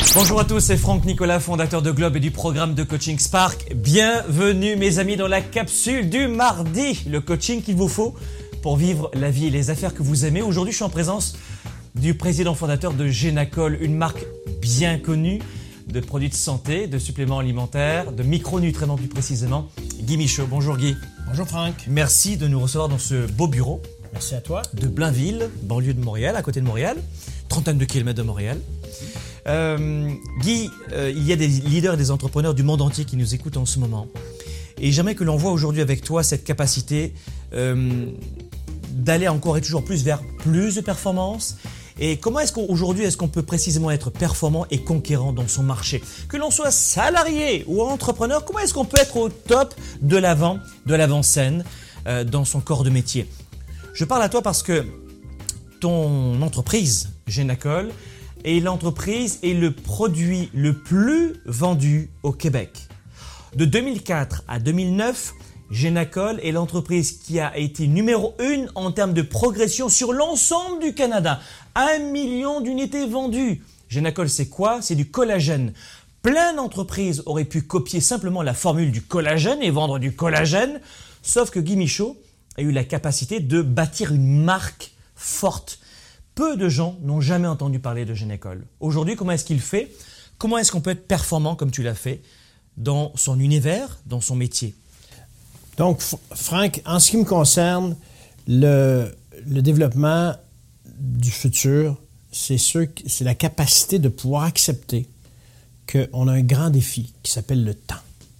Bonjour à tous, c'est Franck Nicolas, fondateur de Globe et du programme de coaching Spark. Bienvenue mes amis dans la capsule du mardi, le coaching qu'il vous faut pour vivre la vie et les affaires que vous aimez. Aujourd'hui, je suis en présence du président fondateur de Génacol, une marque bien connue de produits de santé, de suppléments alimentaires, de micronutriments plus précisément. Guy Michaud, bonjour Guy. Bonjour Franck. Merci de nous recevoir dans ce beau bureau. Merci à toi. De Blainville, banlieue de Montréal, à côté de Montréal, trentaine de kilomètres de Montréal. Guy, il y a des leaders et des entrepreneurs du monde entier qui nous écoutent en ce moment. Et j'aimerais que l'on voit aujourd'hui avec toi cette capacité d'aller encore et toujours plus vers plus de performance. Et comment est-ce qu'on peut précisément être performant et conquérant dans son marché? Que l'on soit salarié ou entrepreneur, comment est-ce qu'on peut être au top de l'avant-scène dans son corps de métier? Je parle à toi parce que ton entreprise, Génacol, est l'entreprise et le produit le plus vendu au Québec. De 2004 à 2009, Génacol est l'entreprise qui a été numéro 1 en termes de progression sur l'ensemble du Canada. 1 million d'unités vendues. Génacol, c'est quoi? C'est du collagène. Plein d'entreprises auraient pu copier simplement la formule du collagène et vendre du collagène, sauf que Guy Michaud a eu la capacité de bâtir une marque forte. Peu de gens n'ont jamais entendu parler de Génacol. Aujourd'hui, comment est-ce qu'il fait? Comment est-ce qu'on peut être performant comme tu l'as fait dans son univers, dans son métier? Donc, Franck, en ce qui me concerne, le développement du futur, c'est la capacité de pouvoir accepter qu'on a un grand défi qui s'appelle le temps.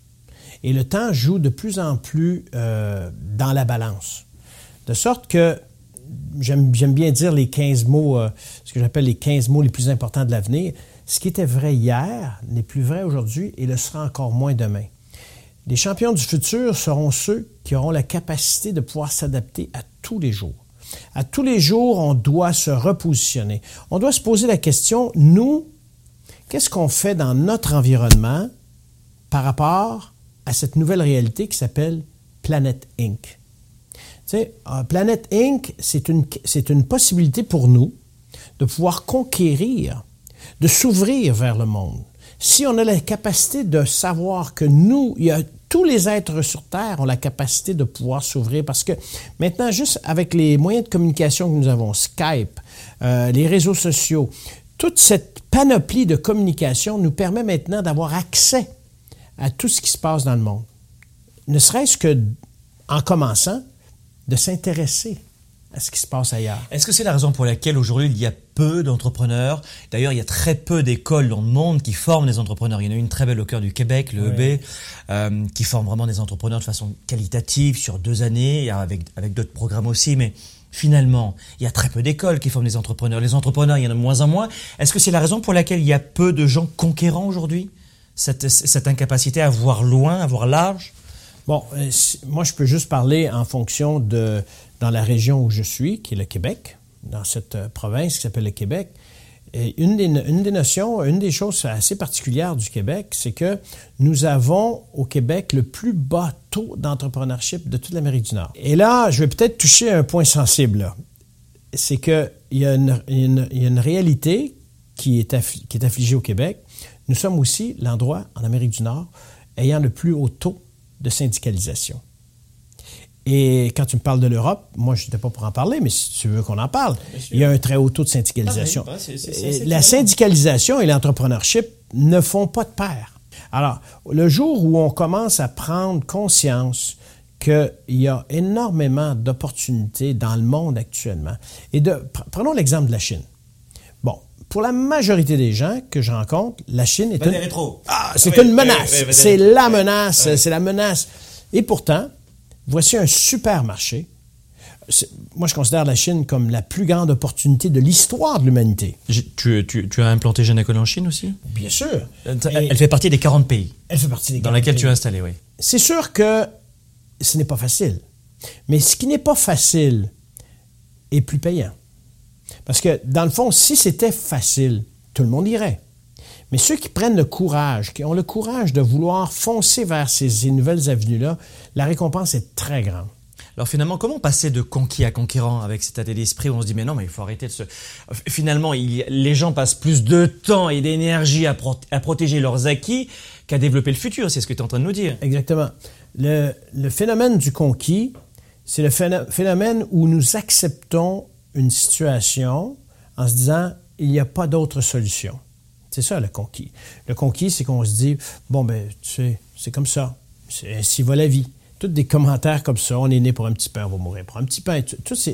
Et le temps joue de plus en plus dans la balance. De sorte que j'aime bien dire les 15 mots, ce que j'appelle les 15 mots les plus importants de l'avenir. Ce qui était vrai hier n'est plus vrai aujourd'hui et le sera encore moins demain. Les champions du futur seront ceux qui auront la capacité de pouvoir s'adapter à tous les jours. À tous les jours, on doit se repositionner. On doit se poser la question, nous, qu'est-ce qu'on fait dans notre environnement par rapport à cette nouvelle réalité qui s'appelle Planet Inc. Tu sais, Planet Inc., c'est une possibilité pour nous de pouvoir conquérir, de s'ouvrir vers le monde. Si on a la capacité de savoir que nous, tous les êtres sur Terre ont la capacité de pouvoir s'ouvrir parce que maintenant, juste avec les moyens de communication que nous avons, Skype, les réseaux sociaux, toute cette panoplie de communication nous permet maintenant d'avoir accès à tout ce qui se passe dans le monde. Ne serait-ce que, en commençant, de s'intéresser à ce qui se passe ailleurs. Est-ce que c'est la raison pour laquelle aujourd'hui il y a peu d'entrepreneurs? D'ailleurs, il y a très peu d'écoles dans le monde qui forment des entrepreneurs. Il y en a une très belle au cœur du Québec, le EB, qui forme vraiment des entrepreneurs de façon qualitative sur 2 années, avec d'autres programmes aussi. Mais finalement, il y a très peu d'écoles qui forment des entrepreneurs. Les entrepreneurs, il y en a de moins en moins. Est-ce que c'est la raison pour laquelle il y a peu de gens conquérants aujourd'hui? Cette incapacité à voir loin, à voir large? Bon, moi, je peux juste parler en fonction dans la région où je suis, qui est le Québec, dans cette province qui s'appelle le Québec. Et une des choses assez particulières du Québec, c'est que nous avons au Québec le plus bas taux d'entrepreneurship de toute l'Amérique du Nord. Et là, je vais peut-être toucher un point sensible, là. C'est qu'il y a une réalité qui est affligée au Québec. Nous sommes aussi l'endroit en Amérique du Nord ayant le plus haut taux de syndicalisation. Et quand tu me parles de l'Europe, moi, je n'étais pas pour en parler, mais si tu veux qu'on en parle, il y a un très haut taux de syndicalisation. La syndicalisation et l'entrepreneurship ne font pas de pair. Alors, le jour où on commence à prendre conscience qu'il y a énormément d'opportunités dans le monde actuellement, prenons l'exemple de la Chine. Bon, pour la majorité des gens que je rencontre, la Chine est une menace. C'est la menace. C'est la menace. Et pourtant, voici un super marché. Moi, je considère la Chine comme la plus grande opportunité de l'histoire de l'humanité. Tu as implanté Génacol en Chine aussi? Bien sûr. Elle fait partie des 40 pays. Elle fait partie des 40 dans lesquels pays. Tu as installé, oui. C'est sûr que ce n'est pas facile. Mais ce qui n'est pas facile est plus payant. Parce que, dans le fond, si c'était facile, tout le monde irait. Mais ceux qui prennent le courage, qui ont le courage de vouloir foncer vers ces nouvelles avenues-là, la récompense est très grande. Alors finalement, comment passer de conquis à conquérant avec cet état d'esprit où on se dit mais non, mais il faut arrêter de se... Finalement, les gens passent plus de temps et d'énergie à protéger leurs acquis qu'à développer le futur, c'est ce que tu es en train de nous dire. Exactement. Le phénomène du conquis, c'est le phénomène où nous acceptons une situation en se disant il n'y a pas d'autre solution. C'est ça le conquis. Le conquis, c'est qu'on se dit bon, ben, tu sais, c'est comme ça. Ainsi va la vie. Tous des commentaires comme ça. On est né pour un petit pain, on va mourir pour un petit pain. Tous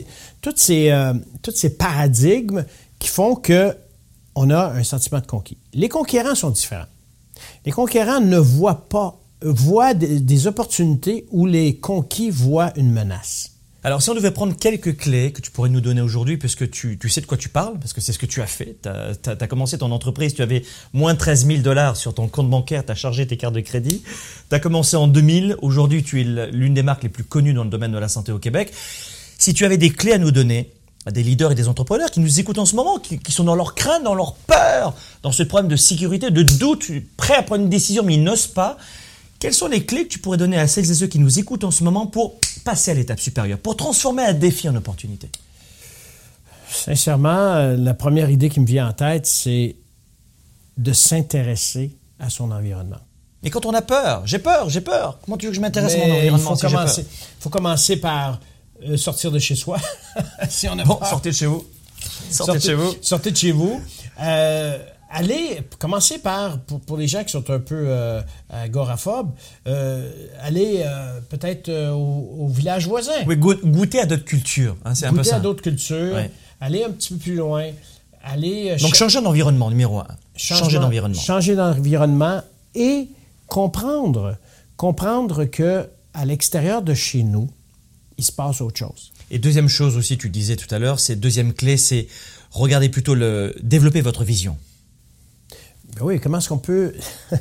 ces paradigmes qui font qu'on a un sentiment de conquis. Les conquérants sont différents. Les conquérants ne voient des opportunités où les conquis voient une menace. Alors, si on devait prendre quelques clés que tu pourrais nous donner aujourd'hui, puisque tu sais de quoi tu parles, parce que c'est ce que tu as fait. Tu as commencé ton entreprise, tu avais moins 13 000 $ sur ton compte bancaire, tu as chargé tes cartes de crédit. Tu as commencé en 2000. Aujourd'hui, tu es l'une des marques les plus connues dans le domaine de la santé au Québec. Si tu avais des clés à nous donner, à des leaders et des entrepreneurs qui nous écoutent en ce moment, qui sont dans leur crainte, dans leur peur, dans ce problème de sécurité, de doute, prêts à prendre une décision, mais ils n'osent pas, quelles sont les clés que tu pourrais donner à celles et ceux qui nous écoutent en ce moment pour passer à l'étape supérieure, pour transformer un défi en opportunité? Sincèrement, la première idée qui me vient en tête, c'est de s'intéresser à son environnement. Mais quand on a peur, j'ai peur. Comment tu veux que je m'intéresse à mon environnement si j'ai peur? Il faut commencer par sortir de chez soi. Si on a bon, peur. Sortez de chez vous. Sortez de chez vous. Commencez par, pour les gens qui sont un peu agoraphobes, allez peut-être au village voisin. Oui, goûter à d'autres cultures. Hein, c'est un peu ça. Goûter à d'autres cultures. Ouais. Aller un petit peu plus loin. Donc, changer d'environnement, numéro 1. Changer d'environnement. Changer d'environnement et comprendre que à l'extérieur de chez nous, il se passe autre chose. Et deuxième chose aussi, tu disais tout à l'heure, deuxième clé, c'est regardez plutôt développer votre vision. Ben oui, comment est-ce qu'on peut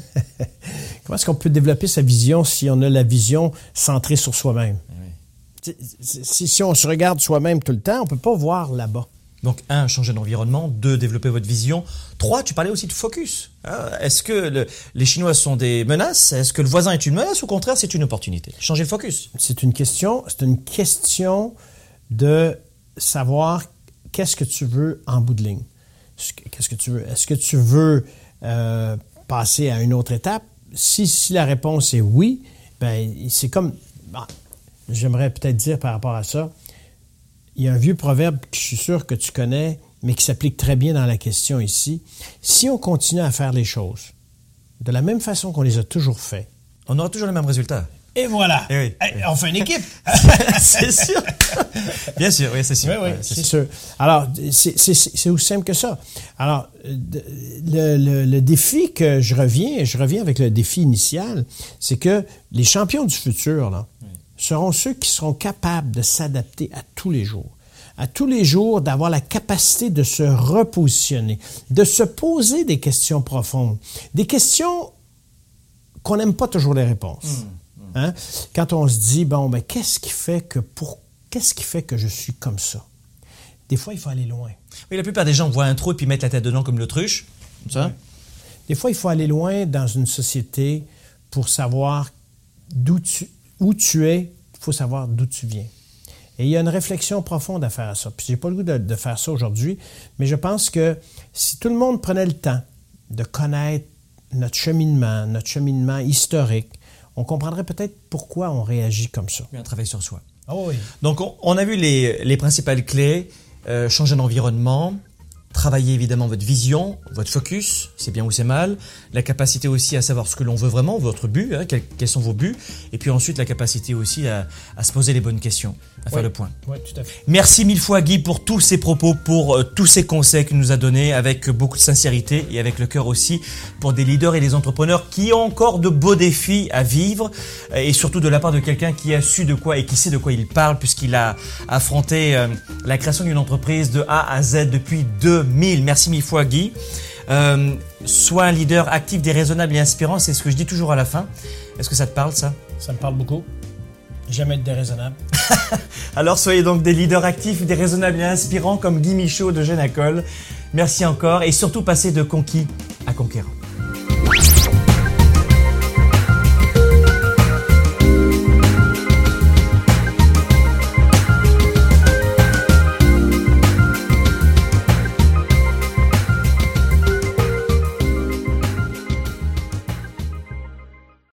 développer sa vision si on a la vision centrée sur soi-même? Oui. Si on se regarde soi-même tout le temps, on ne peut pas voir là-bas. Donc, 1, changer d'environnement. 2, développer votre vision. 3, tu parlais aussi de focus. Est-ce que les Chinois sont des menaces? Est-ce que le voisin est une menace ou au contraire, c'est une opportunité? Changer le focus. C'est une question de savoir qu'est-ce que tu veux en bout de ligne. Qu'est-ce que tu veux? Est-ce que tu veux passer à une autre étape? Si la réponse est oui, ben c'est comme... Bon, j'aimerais peut-être dire par rapport à ça, il y a un vieux proverbe que je suis sûr que tu connais, mais qui s'applique très bien dans la question ici. Si on continue à faire les choses de la même façon qu'on les a toujours fait, on aura toujours le même résultat. Et voilà. Et oui. On fait une équipe. C'est sûr. Bien sûr, oui, c'est sûr. Oui, c'est sûr. Alors, c'est aussi simple que ça. Alors, le défi que je reviens avec le défi initial, c'est que les champions du futur, là, seront ceux qui seront capables de s'adapter à tous les jours. À tous les jours, d'avoir la capacité de se repositionner, de se poser des questions profondes, des questions qu'on n'aime pas toujours les réponses. Hein? Quand on se dit, bon, ben, qu'est-ce qui fait que je suis comme ça? Des fois, il faut aller loin. Oui, la plupart des gens voient un trou et puis mettent la tête dedans comme l'autruche. Ça? Oui. Des fois, il faut aller loin dans une société pour savoir où tu es, il faut savoir d'où tu viens. Et il y a une réflexion profonde à faire à ça. Puis j'ai pas le goût de faire ça aujourd'hui, mais je pense que si tout le monde prenait le temps de connaître notre cheminement historique, on comprendrait peut-être pourquoi on réagit comme ça. Un travail sur soi. Oh oui. Donc, on a vu les principales clés. Changer d'environnement, travailler évidemment votre vision, votre focus, c'est bien ou c'est mal. La capacité aussi à savoir ce que l'on veut vraiment, votre but, hein, quels sont vos buts. Et puis ensuite, la capacité aussi à se poser les bonnes questions, à faire le point. Oui, tout à fait. Merci mille fois, Guy, pour tous ces propos, pour tous ces conseils que nous a donnés avec beaucoup de sincérité et avec le cœur aussi pour des leaders et des entrepreneurs qui ont encore de beaux défis à vivre et surtout de la part de quelqu'un qui a su de quoi et qui sait de quoi il parle puisqu'il a affronté la création d'une entreprise de A à Z depuis 2000. Merci mille fois, Guy. Sois un leader actif, déraisonnable et inspirant, c'est ce que je dis toujours à la fin. Est-ce que ça te parle, ça? Ça me parle beaucoup. Jamais être déraisonnable. Alors soyez donc des leaders actifs, déraisonnables et inspirants comme Guy Michaud de Génacol. Merci encore et surtout passez de conquis à conquérant.